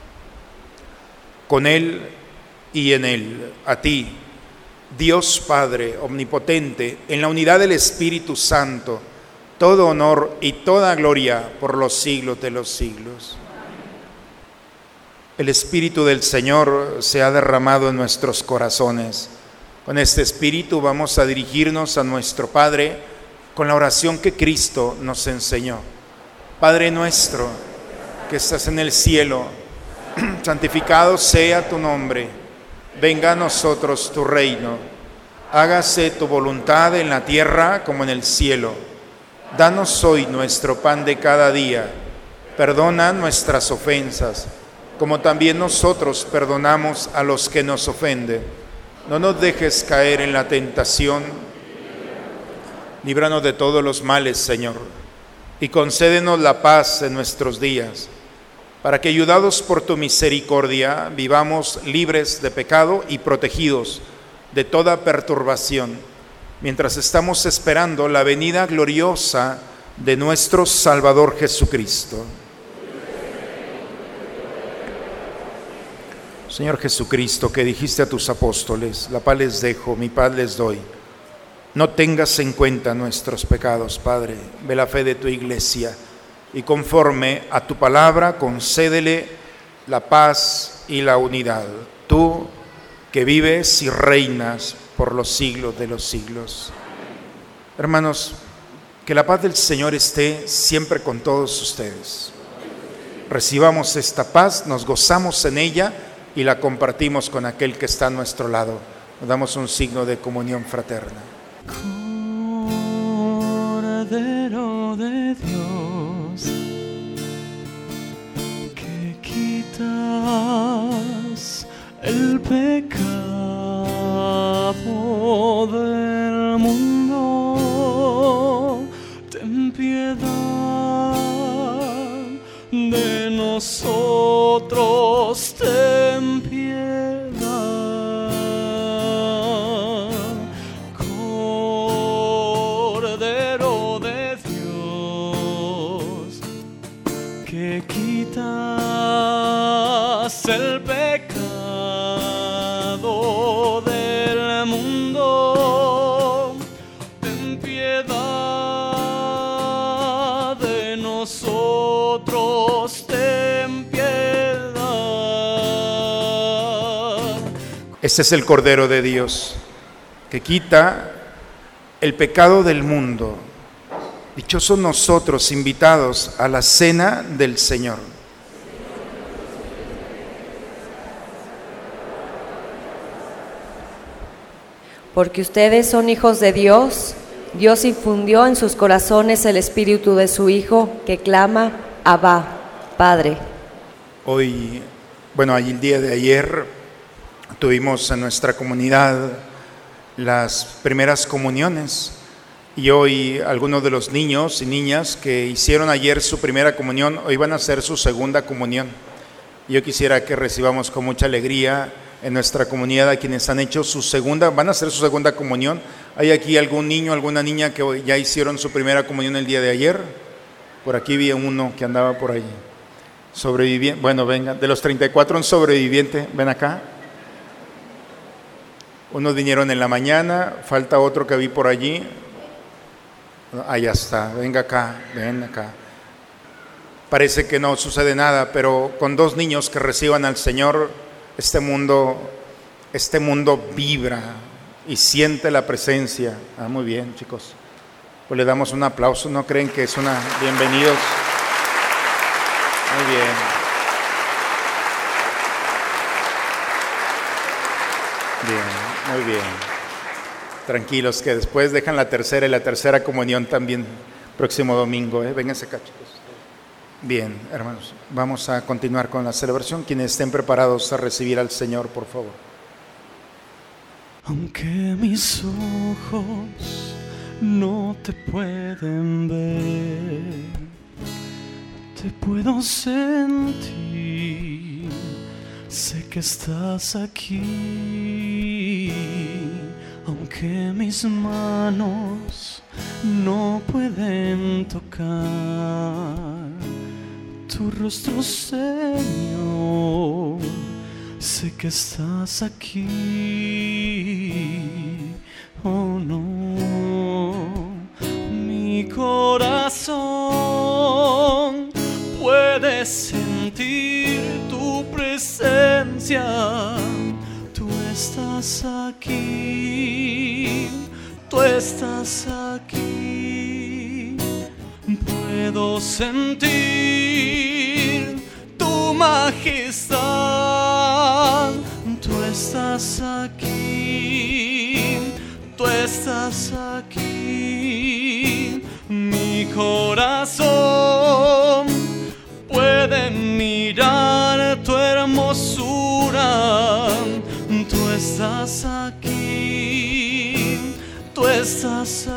Con Él y en Él, a ti, Dios Padre omnipotente, en la unidad del Espíritu Santo, todo honor y toda gloria por los siglos de los siglos. El Espíritu del Señor se ha derramado en nuestros corazones. Con este Espíritu vamos a dirigirnos a nuestro Padre con la oración que Cristo nos enseñó. Padre nuestro, que estás en el cielo, santificado sea tu nombre. Venga a nosotros tu reino. Hágase tu voluntad en la tierra como en el cielo. Danos hoy nuestro pan de cada día. Perdona nuestras ofensas, como también nosotros perdonamos a los que nos ofenden. No nos dejes caer en la tentación. Líbranos de todos los males, Señor, y concédenos la paz en nuestros días, para que, ayudados por tu misericordia, vivamos libres de pecado y protegidos de toda perturbación, mientras estamos esperando la venida gloriosa de nuestro Salvador Jesucristo. Señor Jesucristo, que dijiste a tus apóstoles: la paz les dejo, mi paz les doy. No tengas en cuenta nuestros pecados, Padre. Ve la fe de tu iglesia y conforme a tu palabra concédele la paz y la unidad. Tú que vives y reinas por los siglos de los siglos. Hermanos, que la paz del Señor esté siempre con todos ustedes. Recibamos esta paz, nos gozamos en ella y la compartimos con aquel que está a nuestro lado. Nos damos un signo de comunión fraterna. Cordero de Dios, que quitas el pecado del mundo, ten piedad de nosotros, ten piedad. Cordero de Dios, que quitas el pecado del mundo, ten piedad de nosotros, ten piedad. Este es el Cordero de Dios, que quita el pecado del mundo. Dichosos nosotros invitados a la cena del Señor. Porque ustedes son hijos de Dios, Dios infundió en sus corazones el espíritu de su Hijo, que clama: Abba, Padre. Hoy, bueno, el día de ayer tuvimos en nuestra comunidad las primeras comuniones, y hoy algunos de los niños y niñas que hicieron ayer su primera comunión, hoy van a hacer su segunda comunión. Yo quisiera que recibamos con mucha alegría en nuestra comunidad a quienes han hecho su segunda, van a hacer su segunda comunión. ¿Hay aquí algún niño, alguna niña que ya hicieron su primera comunión el día de ayer? Por aquí vi uno que andaba por ahí. Sobreviviente, bueno, venga, de los treinta y cuatro, un sobreviviente, ven acá. Unos vinieron en la mañana, falta otro que vi por allí. Allá está, venga acá, ven acá. Parece que no sucede nada, pero con dos niños que reciban al Señor, este mundo, este mundo vibra y siente la presencia. Ah, muy bien, chicos. Pues le damos un aplauso, ¿no creen que es una bienvenidos? Muy bien. Muy bien. Tranquilos, que después dejan la tercera y la tercera comunión también próximo domingo. ¿eh? Vénganse acá, chicos. Bien, hermanos, vamos a continuar con la celebración. Quienes estén preparados a recibir al Señor, por favor. Aunque mis ojos no te pueden ver, te puedo sentir, sé que estás aquí. Aunque mis manos no pueden tocar tu rostro, Señor, sé que estás aquí. Oh no, mi corazón puede sentir tu presencia. Tú estás aquí, tú estás aquí. Puedo sentir tu majestad. Tú estás aquí, tú estás aquí. Mi corazón puede mirar tu hermosura. Tú estás aquí, tú estás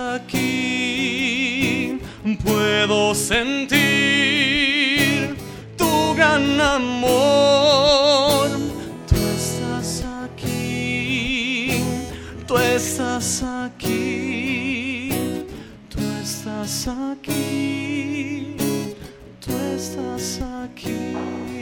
aquí. Puedo sentir tu gran amor. Tú estás aquí, tú estás aquí. Tú estás aquí, tú estás aquí.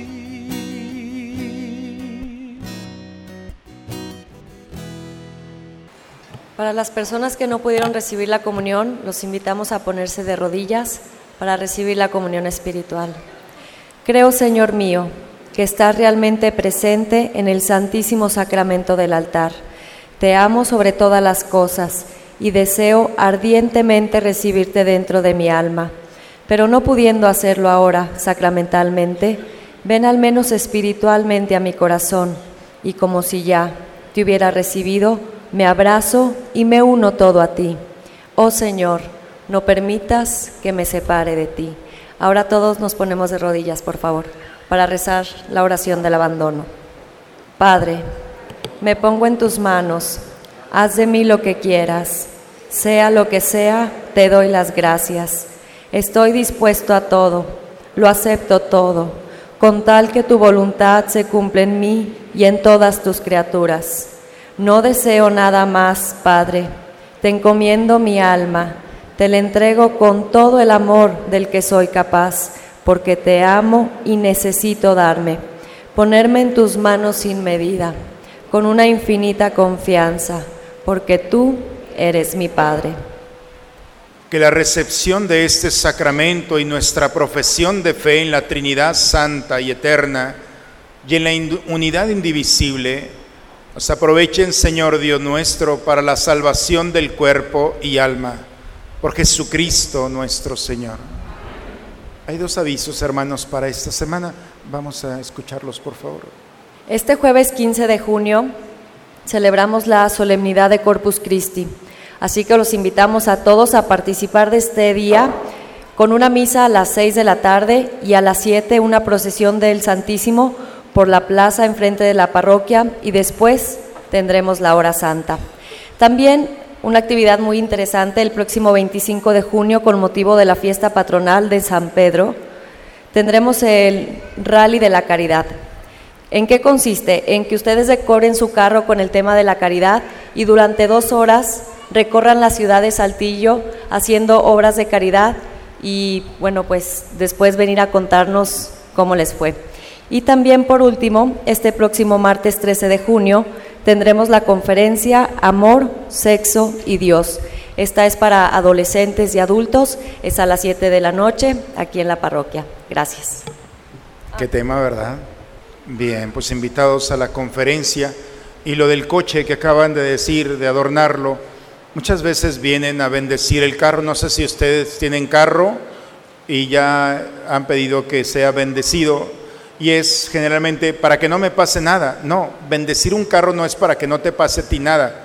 Para las personas que no pudieron recibir la comunión, los invitamos a ponerse de rodillas para recibir la comunión espiritual. Creo, Señor mío, que estás realmente presente en el santísimo sacramento del altar. Te amo sobre todas las cosas y deseo ardientemente recibirte dentro de mi alma. Pero no pudiendo hacerlo ahora sacramentalmente, ven al menos espiritualmente a mi corazón y como si ya te hubiera recibido, me abrazo y me uno todo a ti. Oh Señor, no permitas que me separe de ti. Ahora todos nos ponemos de rodillas, por favor, para rezar la oración del abandono. Padre, me pongo en tus manos, haz de mí lo que quieras. Sea lo que sea, te doy las gracias. Estoy dispuesto a todo, lo acepto todo, con tal que tu voluntad se cumpla en mí y en todas tus criaturas. No deseo nada más, Padre. Te encomiendo mi alma, te la entrego con todo el amor del que soy capaz, porque te amo y necesito darme, ponerme en tus manos sin medida, con una infinita confianza, porque tú eres mi Padre. Que la recepción de este sacramento y nuestra profesión de fe en la Trinidad Santa y Eterna y en la unidad indivisible nos aprovechen, Señor Dios nuestro, para la salvación del cuerpo y alma, por Jesucristo nuestro Señor. Hay dos avisos, hermanos, para esta semana. Vamos a escucharlos, por favor. Este jueves quince de junio celebramos la solemnidad de Corpus Christi, así que los invitamos a todos a participar de este día con una misa a las seis de la tarde y a las siete una procesión del Santísimo por la plaza enfrente de la parroquia y después tendremos la hora santa. También una actividad muy interesante el próximo veinticinco de junio con motivo de la fiesta patronal de San Pedro. Tendremos el Rally de la Caridad. ¿En qué consiste? En que ustedes decoren su carro con el tema de la caridad y durante dos horas recorran la ciudad de Saltillo haciendo obras de caridad y bueno, pues después venir a contarnos cómo les fue. Y también, por último, este próximo martes trece de junio tendremos la conferencia Amor, Sexo y Dios. Esta es para adolescentes y adultos, es a las siete de la noche aquí en la parroquia. Gracias. Qué tema, ¿verdad? Bien, pues invitados a la conferencia. Y lo del coche que acaban de decir, de adornarlo, muchas veces vienen a bendecir el carro. No sé si ustedes tienen carro y ya han pedido que sea bendecido. Y es generalmente para que no me pase nada. No, bendecir un carro no es para que no te pase a ti nada,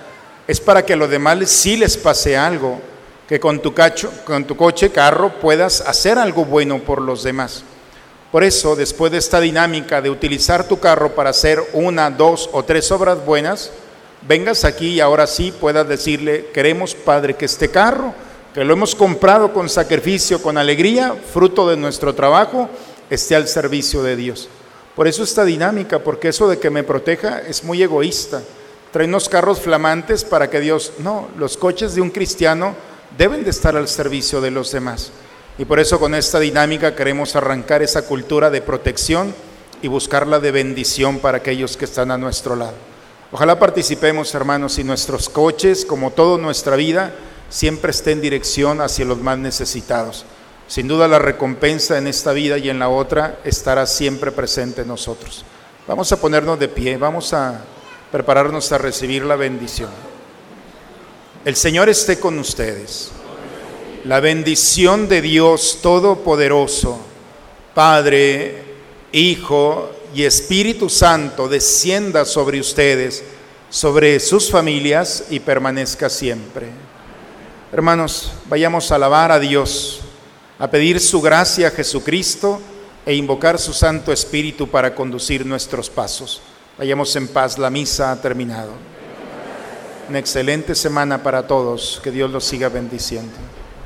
Es para que a los demás sí les pase algo, que con tu, cacho, con tu coche, carro, puedas hacer algo bueno por los demás. Por eso, después de esta dinámica de utilizar tu carro para hacer una, dos o tres obras buenas, vengas aquí y ahora sí puedas decirle: queremos, Padre, que este carro, que lo hemos comprado con sacrificio, con alegría, fruto de nuestro trabajo, esté al servicio de Dios. Por eso esta dinámica, porque eso de que me proteja es muy egoísta. Trae unos carros flamantes para que Dios... No, los coches de un cristiano deben de estar al servicio de los demás. Y por eso con esta dinámica queremos arrancar esa cultura de protección y buscarla de bendición para aquellos que están a nuestro lado. Ojalá participemos, hermanos, y nuestros coches, como toda nuestra vida, siempre esté en dirección hacia los más necesitados. Sin duda la recompensa en esta vida y en la otra estará siempre presente en nosotros. Vamos a ponernos de pie, vamos a prepararnos a recibir la bendición. El Señor esté con ustedes. La bendición de Dios Todopoderoso, Padre, Hijo y Espíritu Santo, descienda sobre ustedes, sobre sus familias y permanezca siempre. Hermanos, vayamos a alabar a Dios, a pedir su gracia a Jesucristo e invocar su Santo Espíritu para conducir nuestros pasos. Vayamos en paz, la misa ha terminado. Una excelente semana para todos, que Dios los siga bendiciendo.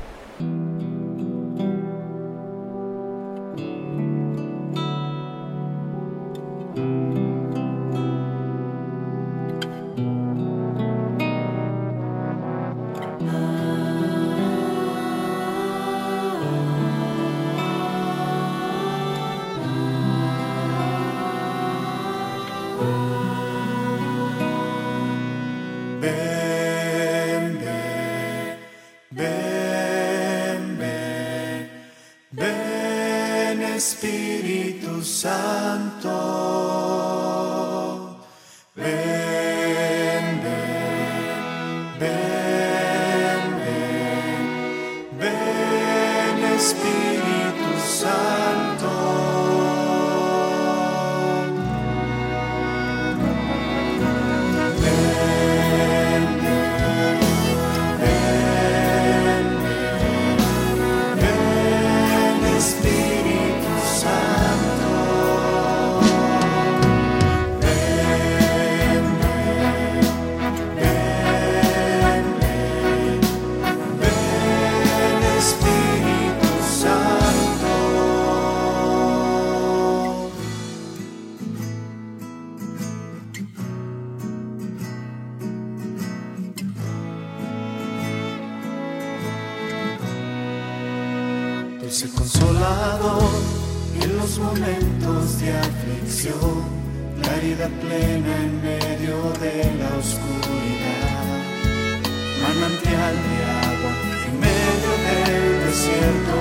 Espíritu Santo, ven, ven, ven, ven, ven Espíritu Santo. Ven, ven, ven, ven Espíritu Santo, ven, ven, ven, ven Espíritu Santo. Dulce Consolador, en los momentos de aflicción, claridad plena en medio de la oscuridad, manantial de agua en medio del desierto,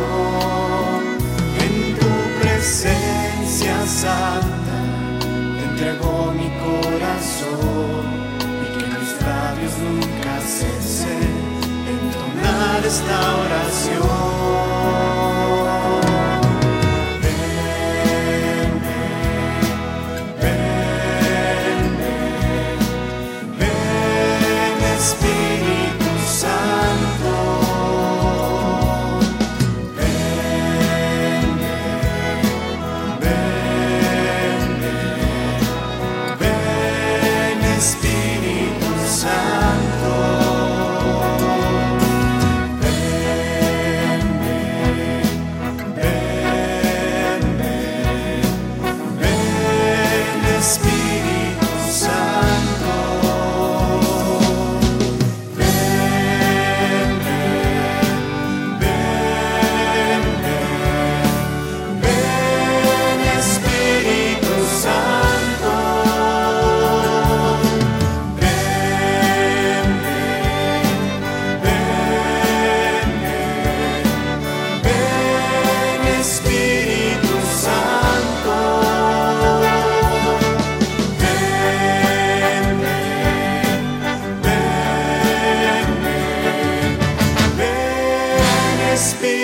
en tu presencia santa te entrego mi corazón, y que mis labios nunca cesen de entonar esta oración. Espíritu Santo, ven, ven, ven, ven Espíritu Santo, ven, ven, ven, ven Espíritu Santo. Espíritu